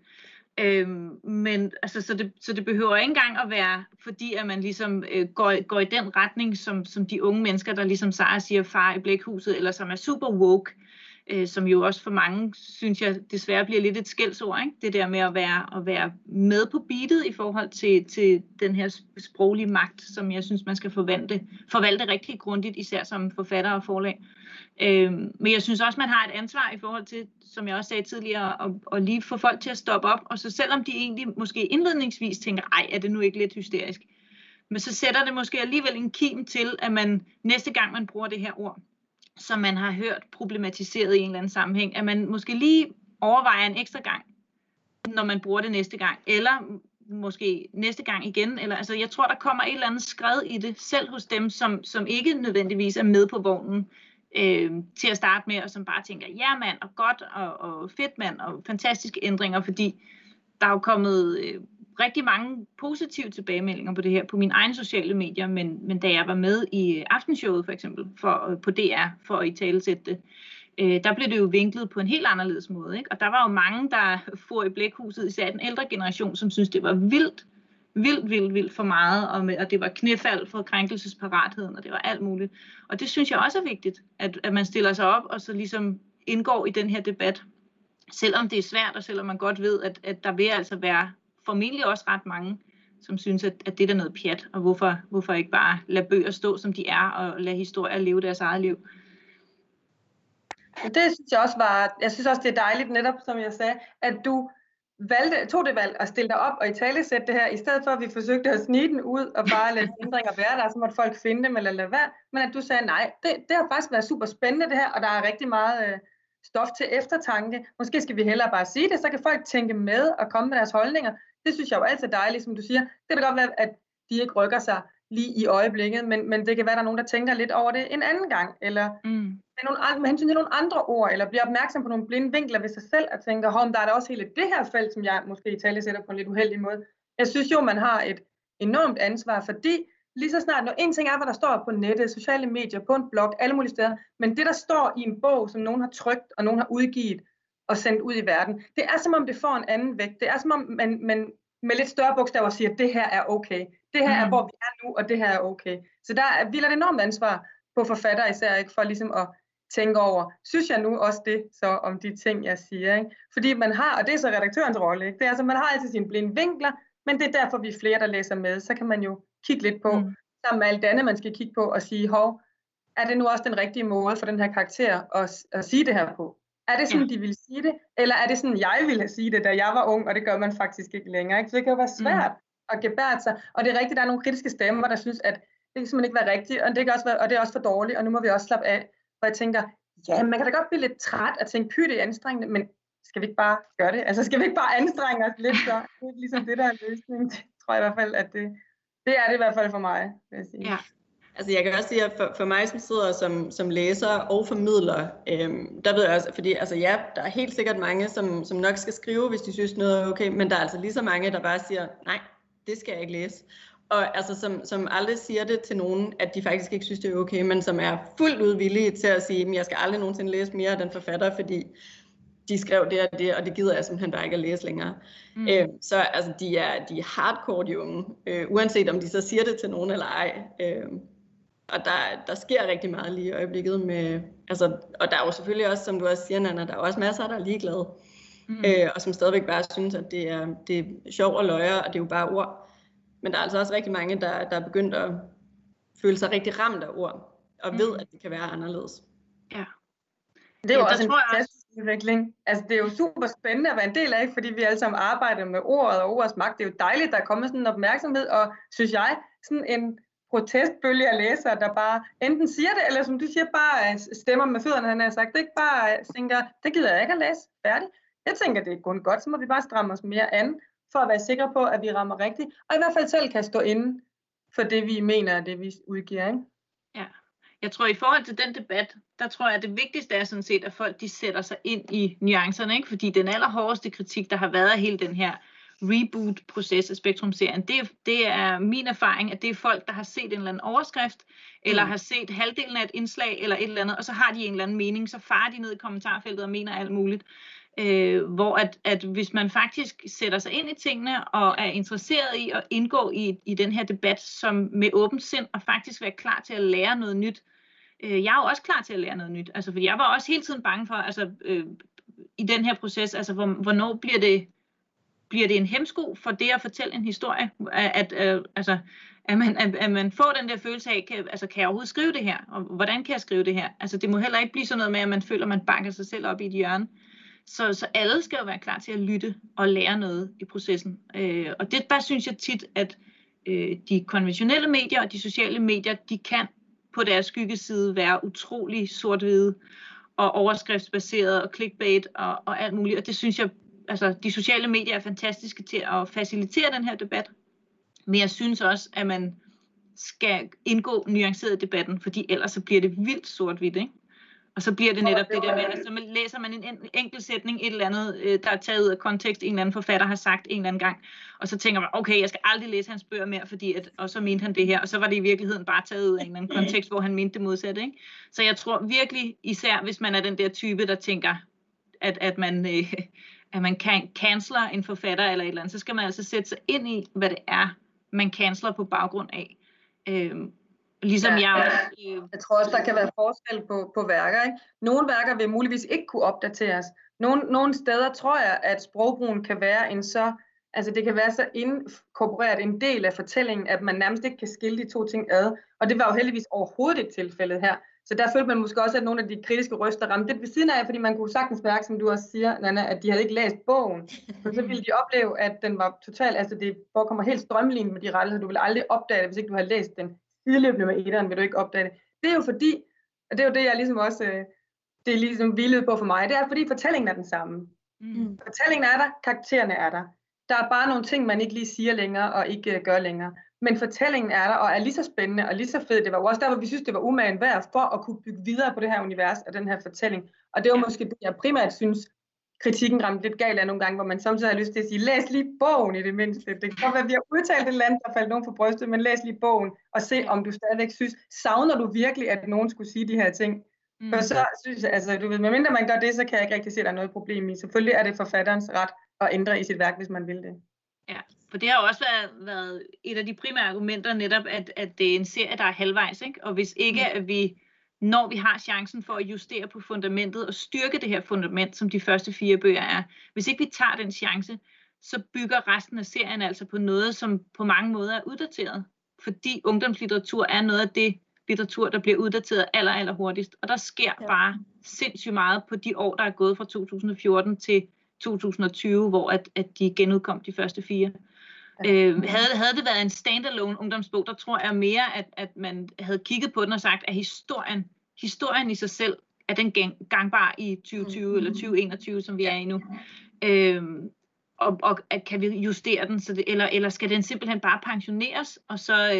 Men altså, så det behøver ikke engang at være, fordi at man ligesom går i den retning, som de unge mennesker, der ligesom Sara siger, far i blækhuset, eller som er super woke, som jo også for mange, synes jeg, desværre bliver lidt et skældsord, ikke? Det der med at være med på beatet i forhold til den her sproglige magt, som jeg synes, man skal forvalte rigtig grundigt, især som forfatter og forlag. Men jeg synes også, man har et ansvar i forhold til, som jeg også sagde tidligere, at lige få folk til at stoppe op, og så selvom de egentlig måske indledningsvis tænker, ej, er det nu ikke lidt hysterisk, men så sætter det måske alligevel en kim til, at man næste gang, man bruger det her ord, som man har hørt problematiseret i en eller anden sammenhæng, at man måske lige overvejer en ekstra gang, når man bruger det næste gang, eller måske næste gang igen. Eller, altså, jeg tror, der kommer et eller andet skred i det, selv hos dem, som ikke nødvendigvis er med på vognen til at starte med, og som bare tænker, ja mand, og godt, og fedt mand, og fantastiske ændringer, fordi der er jo kommet rigtig mange positive tilbagemeldinger på det her, på mine egne sociale medier, men da jeg var med i Aftenshowet for eksempel, på DR, for at italesætte det, der blev det jo vinklet på en helt anderledes måde, ikke? Og der var jo mange, der for i blækhuset, især den ældre generation, som synes det var vildt for meget, og det var knæfald for krænkelsesparatheden, og det var alt muligt. Og det synes jeg også er vigtigt, at man stiller sig op, og så ligesom indgår i den her debat, selvom det er svært, og selvom man godt ved, at der vil altså være formentlig også ret mange, som synes, at det er da noget pjat, og hvorfor ikke bare lade bøger stå, som de er, og lade historier leve deres eget liv. Det synes jeg også jeg synes også, det er dejligt netop, som jeg sagde, at du tog det valg at stille dig op og italesætte det her, i stedet for at vi forsøgte at snige den ud og bare lade ændringer være der, så måtte folk finde dem eller lade være, men at du sagde nej, det har faktisk været super spændende det her, og der er rigtig meget stof til eftertanke. Måske skal vi hellere bare sige det, så kan folk tænke med og komme med deres holdninger. Det synes jeg jo altid er dejligt, som du siger. Det kan godt være, at de ikke rykker sig lige i øjeblikket, men det kan være, at der er nogen, der tænker lidt over det en anden gang, eller med hensyn til nogle andre ord, eller bliver opmærksom på nogle blinde vinkler ved sig selv, og tænker, der er der også hele det her felt, som jeg måske i tale sætter på en lidt uheldig måde. Jeg synes jo, man har et enormt ansvar, fordi lige så snart, når en ting er, hvad der står på nettet, sociale medier, på en blog, alle mulige steder, men det, der står i en bog, som nogen har trykt, og nogen har udgivet og sendt ud i verden, det er som om, det får en anden vægt. Det er som om, man med lidt større bogstaver siger, at det her er okay. Det her er, hvor vi er nu, og det her er okay. Så der hviler et enormt ansvar på forfattere især, ikke, for ligesom at tænke over, synes jeg nu også det så om de ting, jeg siger. Ikke? Fordi man har, og det er så redaktørens rolle, ikke? Det er altså, man har altid sine blinde vinkler, men det er derfor, vi er flere, der læser med. Så kan man jo kigge lidt på, sammen med alt det andet, man skal kigge på, og sige, er det nu også den rigtige måde for den her karakter at sige det her på? Er det sådan, de ville sige det? Eller er det sådan, jeg ville sige det, da jeg var ung, og det gør man faktisk ikke længere? Ikke? Så det kan jo være svært at gebærde sig. Og det er rigtigt, der er nogle kritiske stemmer, der synes, at det kan simpelthen ikke være rigtigt, og det kan også være, og det er også for dårligt, og nu må vi også slappe af. Og jeg tænker, ja, man kan da godt blive lidt træt at tænke, det er anstrengende, men skal vi ikke bare gøre det? Altså, skal vi ikke bare anstrenge os lidt? Så det er ligesom det, der er løsningen. Det tror jeg i hvert fald, at det er det i hvert fald for mig, vil jeg sige. Ja. Altså jeg kan også sige, at for mig, som sidder som læser og formidler, der ved jeg også, fordi altså ja, der er helt sikkert mange, som nok skal skrive, hvis de synes noget er okay, men der er altså lige så mange, der bare siger, nej, det skal jeg ikke læse. Og altså som aldrig siger det til nogen, at de faktisk ikke synes, det er okay, men som er fuldt ud villige til at sige, at jeg skal aldrig nogensinde læse mere af den forfatter, fordi de skrev det og det, og det gider jeg simpelthen bare ikke at læse længere. Så altså, de er hardcore, de unge, uanset om de så siger det til nogen eller ej. Og der sker rigtig meget lige i øjeblikket med, altså, og der er jo selvfølgelig også, som du også siger, Nanna, der er også masser, der er ligeglade, og som stadigvæk bare synes, at det er sjov og løjer, og det er jo bare ord. Men der er altså også rigtig mange, der er begyndt at føle sig rigtig ramt af ord, og ved, at det kan være anderledes. Ja. Det er jo også en fantastisk udvikling. Altså, det er jo super spændende at være en del af, fordi vi alle sammen arbejder med ordet og ordets magt. Det er jo dejligt, der er kommet sådan en opmærksomhed, og synes jeg, sådan en protestbølge af læsere, der bare enten siger det, eller som du siger, bare stemmer med fødderne, han har sagt. Det ikke bare tænker, det gider jeg ikke at læse. Færdig. Jeg tænker, det er kun godt, så må vi bare stramme os mere an, for at være sikre på, at vi rammer rigtigt. Og i hvert fald selv kan stå inde for det, vi mener, og det, vi udgiver. Ikke? Ja. Jeg tror, i forhold til den debat, der tror jeg, at det vigtigste er sådan set, at folk de sætter sig ind i nuancerne, ikke? Fordi den allerhårdeste kritik, der har været af hele den her reboot-proces af Spektrum-serien, det er min erfaring, at det er folk, der har set en eller anden overskrift, eller har set halvdelen af et indslag, eller et eller andet, og så har de en eller anden mening, så farer de ned i kommentarfeltet og mener alt muligt. Hvor at hvis man faktisk sætter sig ind i tingene, og er interesseret i at indgå i den her debat, som med åbent sind, og faktisk være klar til at lære noget nyt. Jeg er jo også klar til at lære noget nyt, altså, fordi jeg var også hele tiden bange for, altså, i den her proces, altså, hvornår bliver det en hæmsko for det at fortælle en historie, at man får den der følelse af, kan jeg overhovedet skrive det her, og hvordan kan jeg skrive det her? Altså, det må heller ikke blive sådan noget med, at man føler, at man banker sig selv op i et hjørne. Så alle skal jo være klar til at lytte og lære noget i processen. Og der synes jeg tit, at de konventionelle medier og de sociale medier, de kan på deres skyggeside være utrolig sort-hvide og overskriftsbaseret og clickbait og alt muligt. Og det synes jeg, altså de sociale medier er fantastiske til at facilitere den her debat. Men jeg synes også, at man skal indgå nuanceret i debatten, fordi ellers så bliver det vildt sort-hvidt, ikke? Og så bliver det netop det der med, at så læser man en enkelt sætning, et eller andet, der er taget ud af kontekst, en eller anden forfatter har sagt en eller anden gang, og så tænker man, okay, jeg skal aldrig læse hans bøger mere, fordi og så mente han det her, og så var det i virkeligheden bare taget ud af en eller anden kontekst, hvor han mente det modsatte, ikke? Så jeg tror virkelig, især hvis man er den der type, der tænker, at man kan canceler en forfatter eller et eller andet, så skal man altså sætte sig ind i, hvad det er, man canceler på baggrund af. Ligesom jeg tror også, der kan være forskel på værker. Ikke? Nogle værker vil muligvis ikke kunne opdateres. Nogle steder tror jeg, at sprogbrugen kan være det kan være så inkorporeret en del af fortællingen, at man nærmest ikke kan skille de to ting ad. Og det var jo heldigvis overhovedet ikke tilfældet her. Så der følte man måske også, at nogle af de kritiske røster ramte lidt ved siden af, fordi man kunne sagtens mærke, som du også siger, Nanna, at de havde ikke læst bogen. Så ville de opleve, at den var totalt, altså det forekommer helt strømlignet med de rettelser. Du vil aldrig opdage det, hvis ikke du har læst den sideløbende med etteren, vil du ikke opdage det. Det er jo fordi, og det er jo det, jeg ligesom også, det er ligesom hvilede på for mig, det er fordi fortællingen er den samme. Fortællingen er der, karaktererne er der. Der er bare nogle ting, man ikke lige siger længere og ikke gør længere. Men fortællingen er der og er lige så spændende og lige så fed. Det var også derfor, vi synes, det var umagen værd for at kunne bygge videre på det her univers og den her fortælling. Og det var måske det, jeg primært synes, kritikken ramte lidt galt af nogle gange, hvor man samtidig har lyst til at sige, læs lige bogen i det mindste. Det kan godt være, at vi har udtalt et eller andet, der faldt nogen for brystet, men læs lige bogen og se, om du stadigvæk synes, savner du virkelig, at nogen skulle sige de her ting. For så synes jeg, altså du ved, medmindre man gør det, så kan jeg ikke rigtig se, at der er noget problem i. Selvfølgelig er det forfatterens ret at ændre i sit værk, hvis man vil det. Ja, for det har jo også været et af de primære argumenter netop, at det er en serie, der er halvvejs, ikke? Og hvis ikke, at vi, når vi har chancen for at justere på fundamentet og styrke det her fundament, som de første 4 bøger er, hvis ikke vi tager den chance, så bygger resten af serien altså på noget, som på mange måder er uddateret. Fordi ungdomslitteratur er noget af det litteratur, der bliver uddateret aller hurtigst. Og der sker bare sindssygt meget på de år, der er gået fra 2014 til 2020, hvor at de genudkom de første 4. Havde det været en standalone ungdomsbog, der tror jeg mere, at man havde kigget på den og sagt, at historien i sig selv, er den gangbar i 2020 eller 2021, som vi er i nu. Og at kan vi justere den, så det, eller skal den simpelthen bare pensioneres, og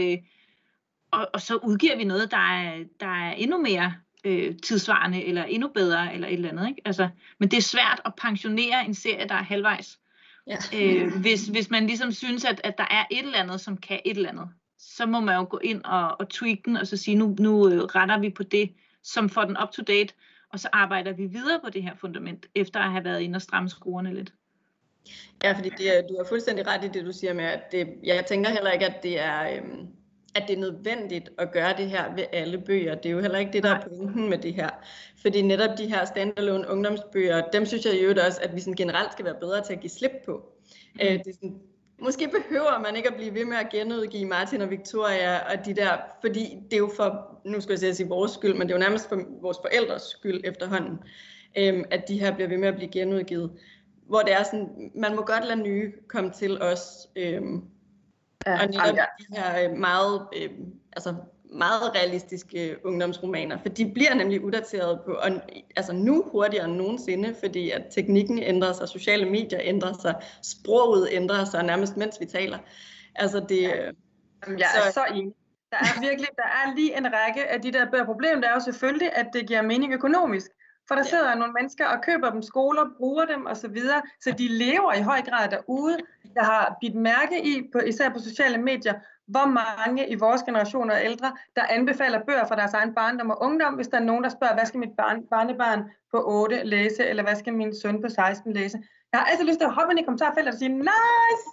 så udgiver vi noget, der er endnu mere tidsvarende, eller endnu bedre, eller et eller andet. Ikke? Altså, men det er svært at pensionere en serie, der er halvvejs. Ja. Hvis man ligesom synes, at der er et eller andet, som kan et eller andet, så må man jo gå ind og tweak den, og så sige, nu retter vi på det, som får den up to date, og så arbejder vi videre på det her fundament, efter at have været inde og stramme skruerne lidt. Ja, fordi du har fuldstændig ret i det, du siger med, at jeg tænker heller ikke, at det er nødvendigt at gøre det her ved alle bøger. Det er jo heller ikke det, der er pointen med det her. Fordi netop de her standalone ungdomsbøger, dem synes jeg jo også, at vi sådan generelt skal være bedre til at give slip på. Det er sådan, måske behøver man ikke at blive ved med at genudgive Martin og Victoria og de der, fordi det er jo for, nu skal jeg sige vores skyld, men det er jo nærmest for vores forældres skyld efterhånden, at de her bliver ved med at blive genudgivet. Hvor det er sådan, man må godt lade nye komme til os. Og netop de her meget realistiske ungdomsromaner, for de bliver nemlig uddateret på, altså nu hurtigere end nogensinde, fordi at teknikken ændrer sig, sociale medier ændrer sig, sproget ændrer sig nærmest mens vi taler. Altså det. Jeg er så enig. Der er lige en række af de der bøger. Problemet er jo selvfølgelig, at det giver mening økonomisk. For der sidder nogle mennesker og køber dem, skoler, bruger dem osv., så de lever i høj grad derude. Jeg har bidt mærke i, især på sociale medier, hvor mange i vores generation og ældre, der anbefaler bøger fra deres egen barndom og ungdom, hvis der er nogen, der spørger, hvad skal mit barnebarn på 8 læse, eller hvad skal min søn på 16 læse. Jeg har altid lyst til at hoppe ind i kommentarfeltet og sige, nice!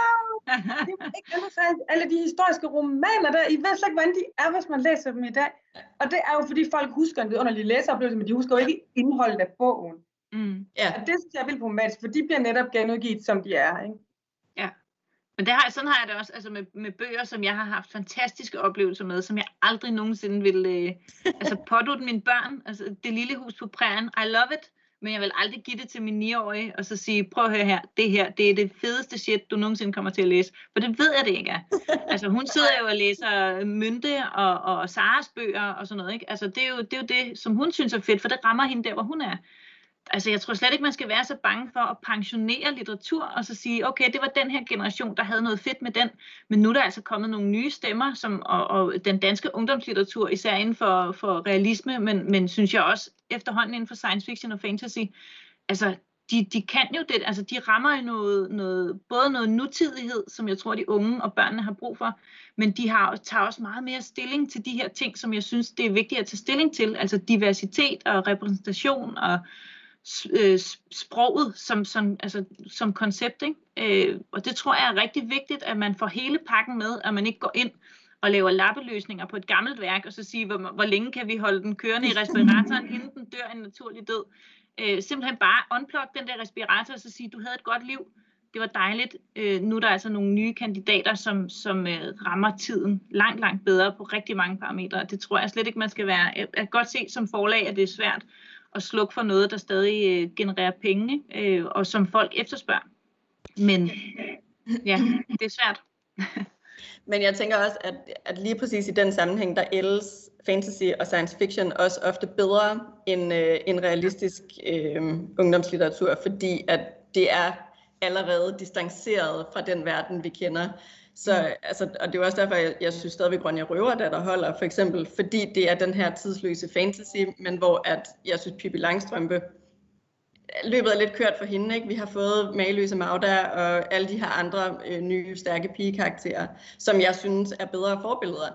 Ikke alle de historiske romaner der, I ved slet ikke, hvordan de er, hvis man læser dem i dag. Og det er jo, fordi folk husker en vidunderlig læseoplevelse, men de husker jo ikke indholdet af bogen. Og det synes jeg er vildt problematisk, for de bliver netop genudgivet, som de er. Ikke? Ja, men sådan har jeg det også altså med bøger, som jeg har haft fantastiske oplevelser med, som jeg aldrig nogensinde vil pådutte mine børn. Altså Det lille hus på prærien, I love it. Men jeg vil aldrig give det til min 9-årige og så sige, prøv at høre her, det er det fedeste shit, du nogensinde kommer til at læse. For det ved jeg det ikke er. Altså hun sidder jo og læser Mynte og Saras bøger og sådan noget. Ikke? Altså det er jo det, som hun synes er fedt, for det rammer hende der, hvor hun er. Altså jeg tror slet ikke, man skal være så bange for at pensionere litteratur og så sige, okay, det var den her generation, der havde noget fedt med den, men nu er der altså kommet nogle nye stemmer, og den danske ungdomslitteratur, især inden for realisme, men synes jeg også efterhånden inden for science fiction og fantasy, altså de kan jo det, altså de rammer jo både noget nutidighed, som jeg tror de unge og børnene har brug for, men de tager også meget mere stilling til de her ting, som jeg synes, det er vigtigt at tage stilling til, altså diversitet og repræsentation og sproget som koncept, ikke? Og det tror jeg er rigtig vigtigt, at man får hele pakken med, at man ikke går ind og laver lappeløsninger på et gammelt værk, og så sige, hvor længe kan vi holde den kørende i respiratoren, inden den dør en naturlig død. Simpelthen bare unplug den der respirator, og så sige, du havde et godt liv, det var dejligt. Nu er der altså nogle nye kandidater, som rammer tiden langt bedre på rigtig mange parametre. Det tror jeg slet ikke, man skal være. Jeg kan godt se som forlag, at det er svært at slukke for noget, der stadig genererer penge, og som folk efterspørger. Men ja, det er svært. Men jeg tænker også, at lige præcis i den sammenhæng, der ældes fantasy og science fiction også ofte bedre end realistisk ungdomslitteratur, fordi at det er allerede distanceret fra den verden, vi kender. Så, og det er også derfor, jeg synes stadigvæk, Ronja Røverdatter holder, for eksempel, fordi det er den her tidsløse fantasy, men hvor at jeg synes, Pippi Langstrømpe, løbet er lidt kørt for hende, ikke? Vi har fået Mageløse Magda og alle de her andre nye, stærke pigekarakterer, som jeg synes er bedre forbilleder.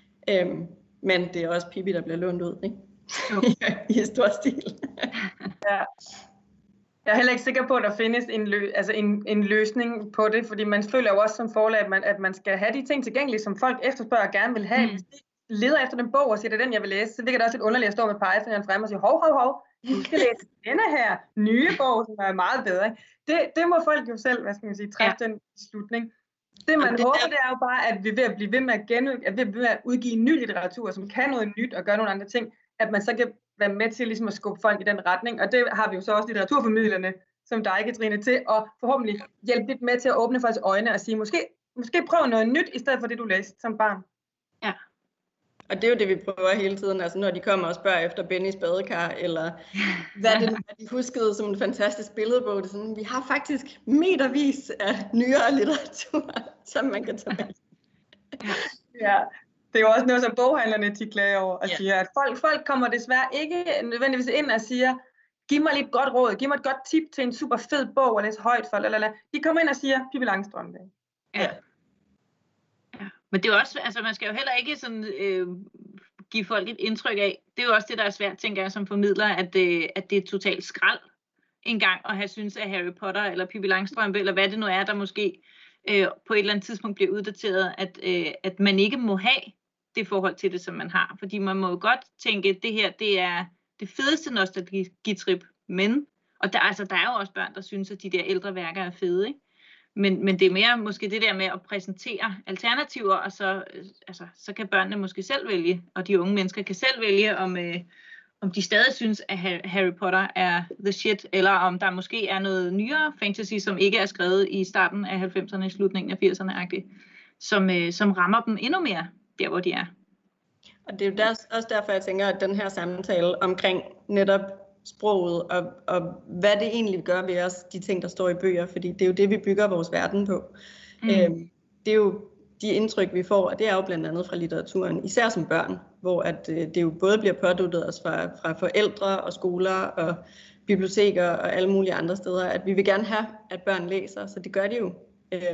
Men det er også Pippi, der bliver lånt ud, ikke? I stor stil. Ja. Jeg er heller ikke sikker på, at der findes en løsning på det, fordi man føler jo også som forlag, at man skal have de ting tilgængelige, som folk efterspørger og gerne vil have. Hvis de leder efter den bog og siger, det er den, jeg vil læse, så virker det også lidt underligt at stå med pegefingeren frem og sige, hov, du skal læse denne her nye bog, som er meget bedre. Det må folk jo selv, træffe den beslutning. Det man håber, det er jo bare, at vi er ved at blive ved med at udgive ny litteratur, som kan noget nyt og gøre nogle andre ting, at man så kan være med til ligesom at skubbe folk i den retning. Og det har vi jo så også litteraturformidlerne, som dig, Katrine, til at forhåbentlig hjælpe lidt med til at åbne folks øjne og sige, måske prøv noget nyt, i stedet for det, du læste som barn. Ja. Og det er jo det, vi prøver hele tiden, altså når de kommer og spørger efter Bennys badekar, eller hvad det nu er, de huskede som en fantastisk billedbog. Det er sådan, vi har faktisk metervis af nyere litteratur, som man kan tage med. Ja, det er jo også noget, som boghandlerne de klager over, og siger, at folk kommer desværre ikke nødvendigvis ind og siger, giv mig lidt godt råd, giv mig et godt tip til en super fed bog at læse højt for, De kommer ind og siger, Pippi Langstrømpe. Ja. Men det er jo også, altså man skal jo heller ikke sådan give folk et indtryk af, det er jo også det, der er svært, tænker jeg, som formidler, at det er totalt skrald engang at have synes af Harry Potter eller Pippi Langstrømpe, eller hvad det nu er, der måske på et eller andet tidspunkt bliver uddateret, at man ikke må have det forhold til det, som man har. Fordi man må jo godt tænke, at det her, det er det fedeste nostalgitrip, men, og der er jo også børn, der synes, at de der ældre værker er fede, ikke? Men det er mere måske det der med at præsentere alternativer, og så kan børnene måske selv vælge, og de unge mennesker kan selv vælge, om de stadig synes, at Harry Potter er the shit, eller om der måske er noget nyere fantasy, som ikke er skrevet i starten af 90'erne, i slutningen af 80'erne, som rammer dem endnu mere, der hvor de er. Og det er jo også derfor, jeg tænker, at den her samtale omkring netop sproget, og hvad det egentlig gør ved os, de ting, der står i bøger, fordi det er jo det, vi bygger vores verden på. Det er jo de indtryk, vi får, og det er jo blandt andet fra litteraturen, især som børn, hvor at det jo både bliver påduttet os fra forældre og skoler og biblioteker og alle mulige andre steder, at vi vil gerne have, at børn læser, så det gør de jo.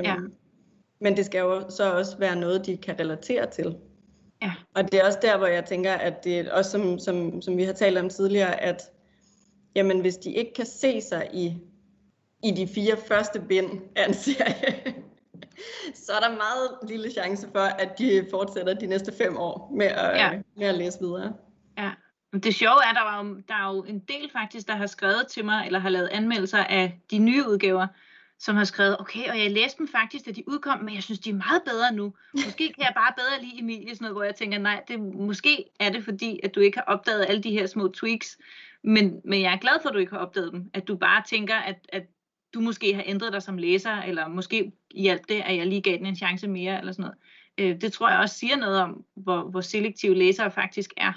Men det skal jo så også være noget, de kan relatere til. Ja. Og det er også der, hvor jeg tænker, at det er også som vi har talt om tidligere, at jamen, hvis de ikke kan se sig i de 4 første bind af en serie, så er der meget lille chance for, at de fortsætter de næste 5 år med at læse videre. Ja. Det sjove er, at der er jo en del faktisk, der har skrevet til mig, eller har lavet anmeldelser af de nye udgaver, som har skrevet, okay, og jeg læste dem faktisk, da de udkom, men jeg synes, de er meget bedre nu. Måske kan jeg bare bedre lide Emilie, sådan noget, hvor jeg tænker, nej, måske er det fordi, at du ikke har opdaget alle de her små tweaks, men jeg er glad for, at du ikke har opdaget dem. At du bare tænker, at du måske har ændret dig som læser, eller måske hjalp det, at jeg lige gav den en chance mere, eller sådan noget. Det tror jeg også siger noget om, hvor selektive læsere faktisk er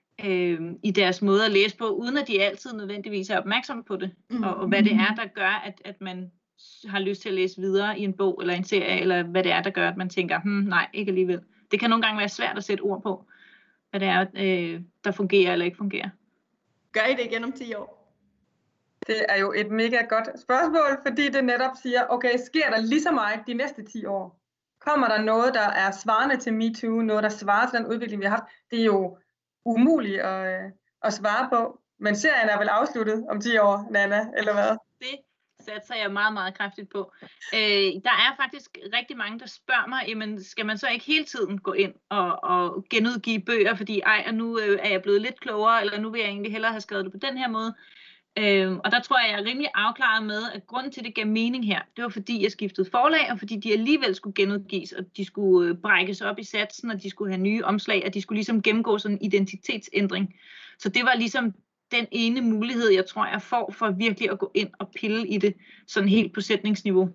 i deres måde at læse på, uden at de altid nødvendigvis er opmærksomme på det. Og hvad det er, der gør, at man har lyst til at læse videre i en bog eller en serie, eller hvad det er, der gør, at man tænker, nej, ikke alligevel. Det kan nogle gange være svært at sætte ord på, hvad det er, der fungerer eller ikke fungerer. Gør I det igen om 10 år? Det er jo et mega godt spørgsmål, fordi det netop siger, okay, sker der lige så meget de næste 10 år? Kommer der noget, der er svarende til MeToo, noget, der svarer til den udvikling, vi har haft? Det er jo umuligt at svare på. Men serien er vel afsluttet om 10 år, Nanna, eller hvad? Det satser jeg meget, meget kraftigt på. Der er faktisk rigtig mange, der spørger mig, jamen, skal man så ikke hele tiden gå ind og genudgive bøger, fordi og nu er jeg blevet lidt klogere, eller nu vil jeg egentlig hellere have skrevet det på den her måde. Og der tror jeg er rimelig afklaret med, at grunden til, at det gav mening her, det var fordi, jeg skiftede forlag, og fordi de alligevel skulle genudgives, og de skulle brækkes op i satsen, og de skulle have nye omslag, og de skulle ligesom gennemgå sådan en identitetsændring. Så det var ligesom den ene mulighed, jeg tror, jeg får for virkelig at gå ind og pille i det, sådan helt på sætningsniveau.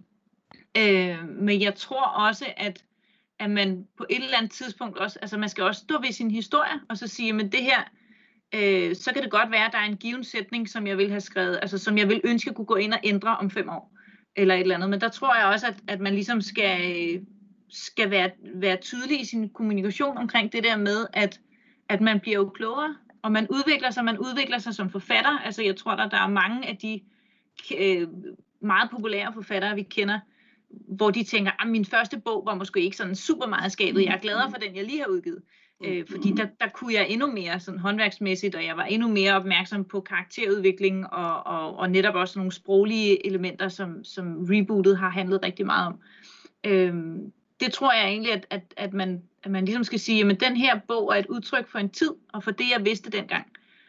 Men jeg tror også, at man på et eller andet tidspunkt også, altså man skal også stå ved sin historie, og så sige, men det her, så kan det godt være, at der er en given sætning, som jeg vil have skrevet, altså som jeg vil ønske at kunne gå ind og ændre om 5 år, eller et eller andet. Men der tror jeg også, at man ligesom skal være tydelig i sin kommunikation omkring det der med, at man bliver jo klogere, og man udvikler sig som forfatter. Altså jeg tror, der er mange af de meget populære forfattere, vi kender, hvor de tænker, at min første bog var måske ikke sådan super meget skabet. Jeg er gladere for den, jeg lige har udgivet. Fordi der kunne jeg endnu mere sådan håndværksmæssigt, og jeg var endnu mere opmærksom på karakterudvikling og netop også nogle sproglige elementer, som rebootet har handlet rigtig meget om. Det tror jeg egentlig, at man ligesom skal sige, at den her bog er et udtryk for en tid, og for det, jeg vidste dengang.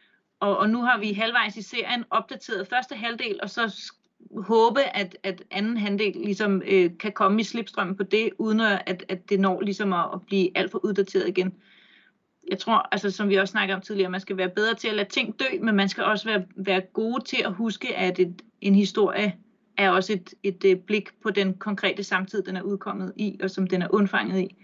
Og nu har vi halvvejs i serien opdateret første halvdel, og så håbe, at anden halvdel ligesom kan komme i slipstrømmen på det, uden at det når ligesom at blive alt for uddateret igen. Jeg tror, altså som vi også snakkede om tidligere, man skal være bedre til at lade ting dø, men man skal også være gode til at huske, at en historie er også et blik på den konkrete samtid, den er udkommet i, og som den er undfanget i.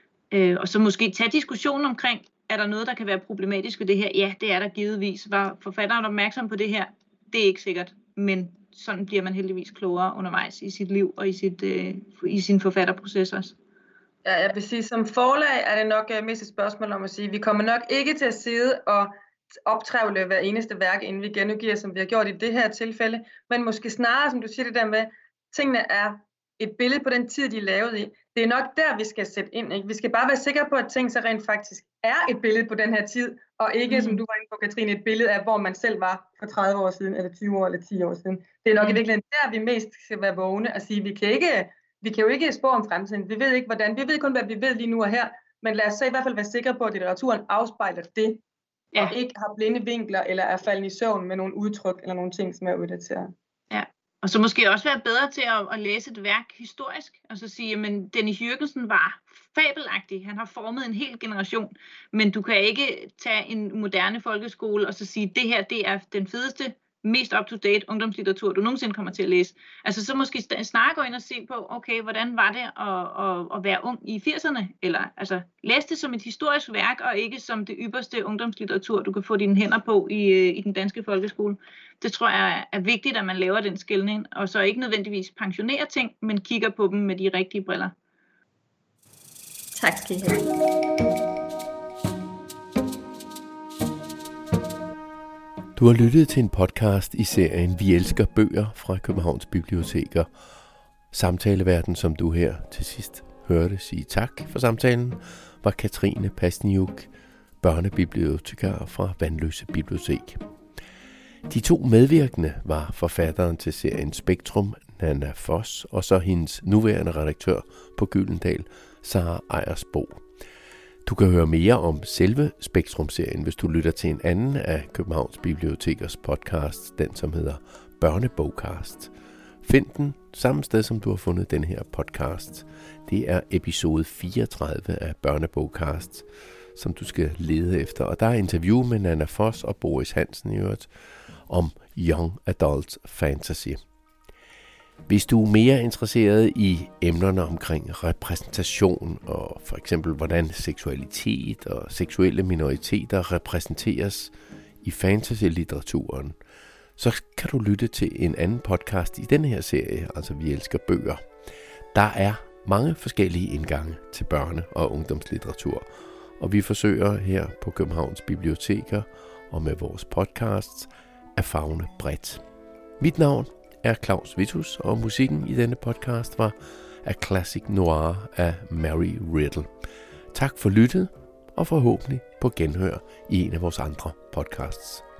Og så måske tage diskussionen omkring, er der noget, der kan være problematisk ved det her? Ja, det er der givetvis. Var forfatteren opmærksom på det her? Det er ikke sikkert, men sådan bliver man heldigvis klogere undervejs i sit liv og i sin forfatterproces også. Ja, jeg vil sige, som forlag er det nok mest et spørgsmål om at sige, vi kommer nok ikke til at sidde og optrævle hver eneste værk, inden vi genudgiver, som vi har gjort i det her tilfælde, men måske snarere, som du siger det der med, tingene er et billede på den tid, de er lavet i. Det er nok der, vi skal sætte ind. Ikke? Vi skal bare være sikre på, at ting så rent faktisk er et billede på den her tid, og ikke, som du var inde på, Katrine, et billede af, hvor man selv var for 30 år siden, eller 20 år, eller 10 år siden. Det er nok i virkeligheden der, vi mest skal være vågne og sige, vi kan jo ikke spå om fremtiden. Vi ved ikke, hvordan. Vi ved kun, hvad vi ved lige nu og her, men lad os så i hvert fald være sikre på, at litteraturen afspejler det, og ikke har blinde vinkler, eller er faldet i søvn med nogle udtryk, eller nogle ting, som er uddateret. Ja. Og så måske også være bedre til at læse et værk historisk, og så sige, men Dennis Jürgensen var fabelagtig, han har formet en hel generation, men du kan ikke tage en moderne folkeskole og så sige, det her, det er den fedeste, mest up-to-date ungdomslitteratur, du nogensinde kommer til at læse. Altså så måske snart gå ind og se på, okay, hvordan var det at være ung i 80'erne? Eller altså læs det som et historisk værk, og ikke som det ypperste ungdomslitteratur, du kan få dine hænder på i den danske folkeskole. Det tror jeg er vigtigt, at man laver den skelning, og så ikke nødvendigvis pensionerer ting, men kigger på dem med de rigtige briller. Tak skal I have. Du har lyttet til en podcast i serien Vi elsker bøger fra Københavns Biblioteker. Samtaleverden, som du her til sidst hørte sige tak for samtalen, var Katrine Pasniuk, børnebibliotekar fra Vandløse Bibliotek. De 2 medvirkende var forfatteren til serien Spektrum, Nanna Foss, og så hendes nuværende redaktør på Gyldendal, Sara Ejersbo. Du kan høre mere om selve Spektrum-serien, hvis du lytter til en anden af Københavns Bibliotekers podcast, den som hedder Børnebogcast. Find den samme sted, som du har fundet den her podcast. Det er episode 34 af Børnebogcast, som du skal lede efter. Og der er interview med Nanna Foss og Boris Hansen i øvrigt om Young Adult Fantasy. Hvis du er mere interesseret i emnerne omkring repræsentation og for eksempel hvordan seksualitet og seksuelle minoriteter repræsenteres i fantasy-litteraturen, så kan du lytte til en anden podcast i denne her serie, altså Vi elsker bøger. Der er mange forskellige indgange til børne- og ungdomslitteratur, og vi forsøger her på Københavns Biblioteker og med vores podcasts at favne bredt. Mit navn er Claus Vitus, og musikken i denne podcast var A Classic Noir af Mary Riddle. Tak for lyttet, og forhåbentlig på genhør i en af vores andre podcasts.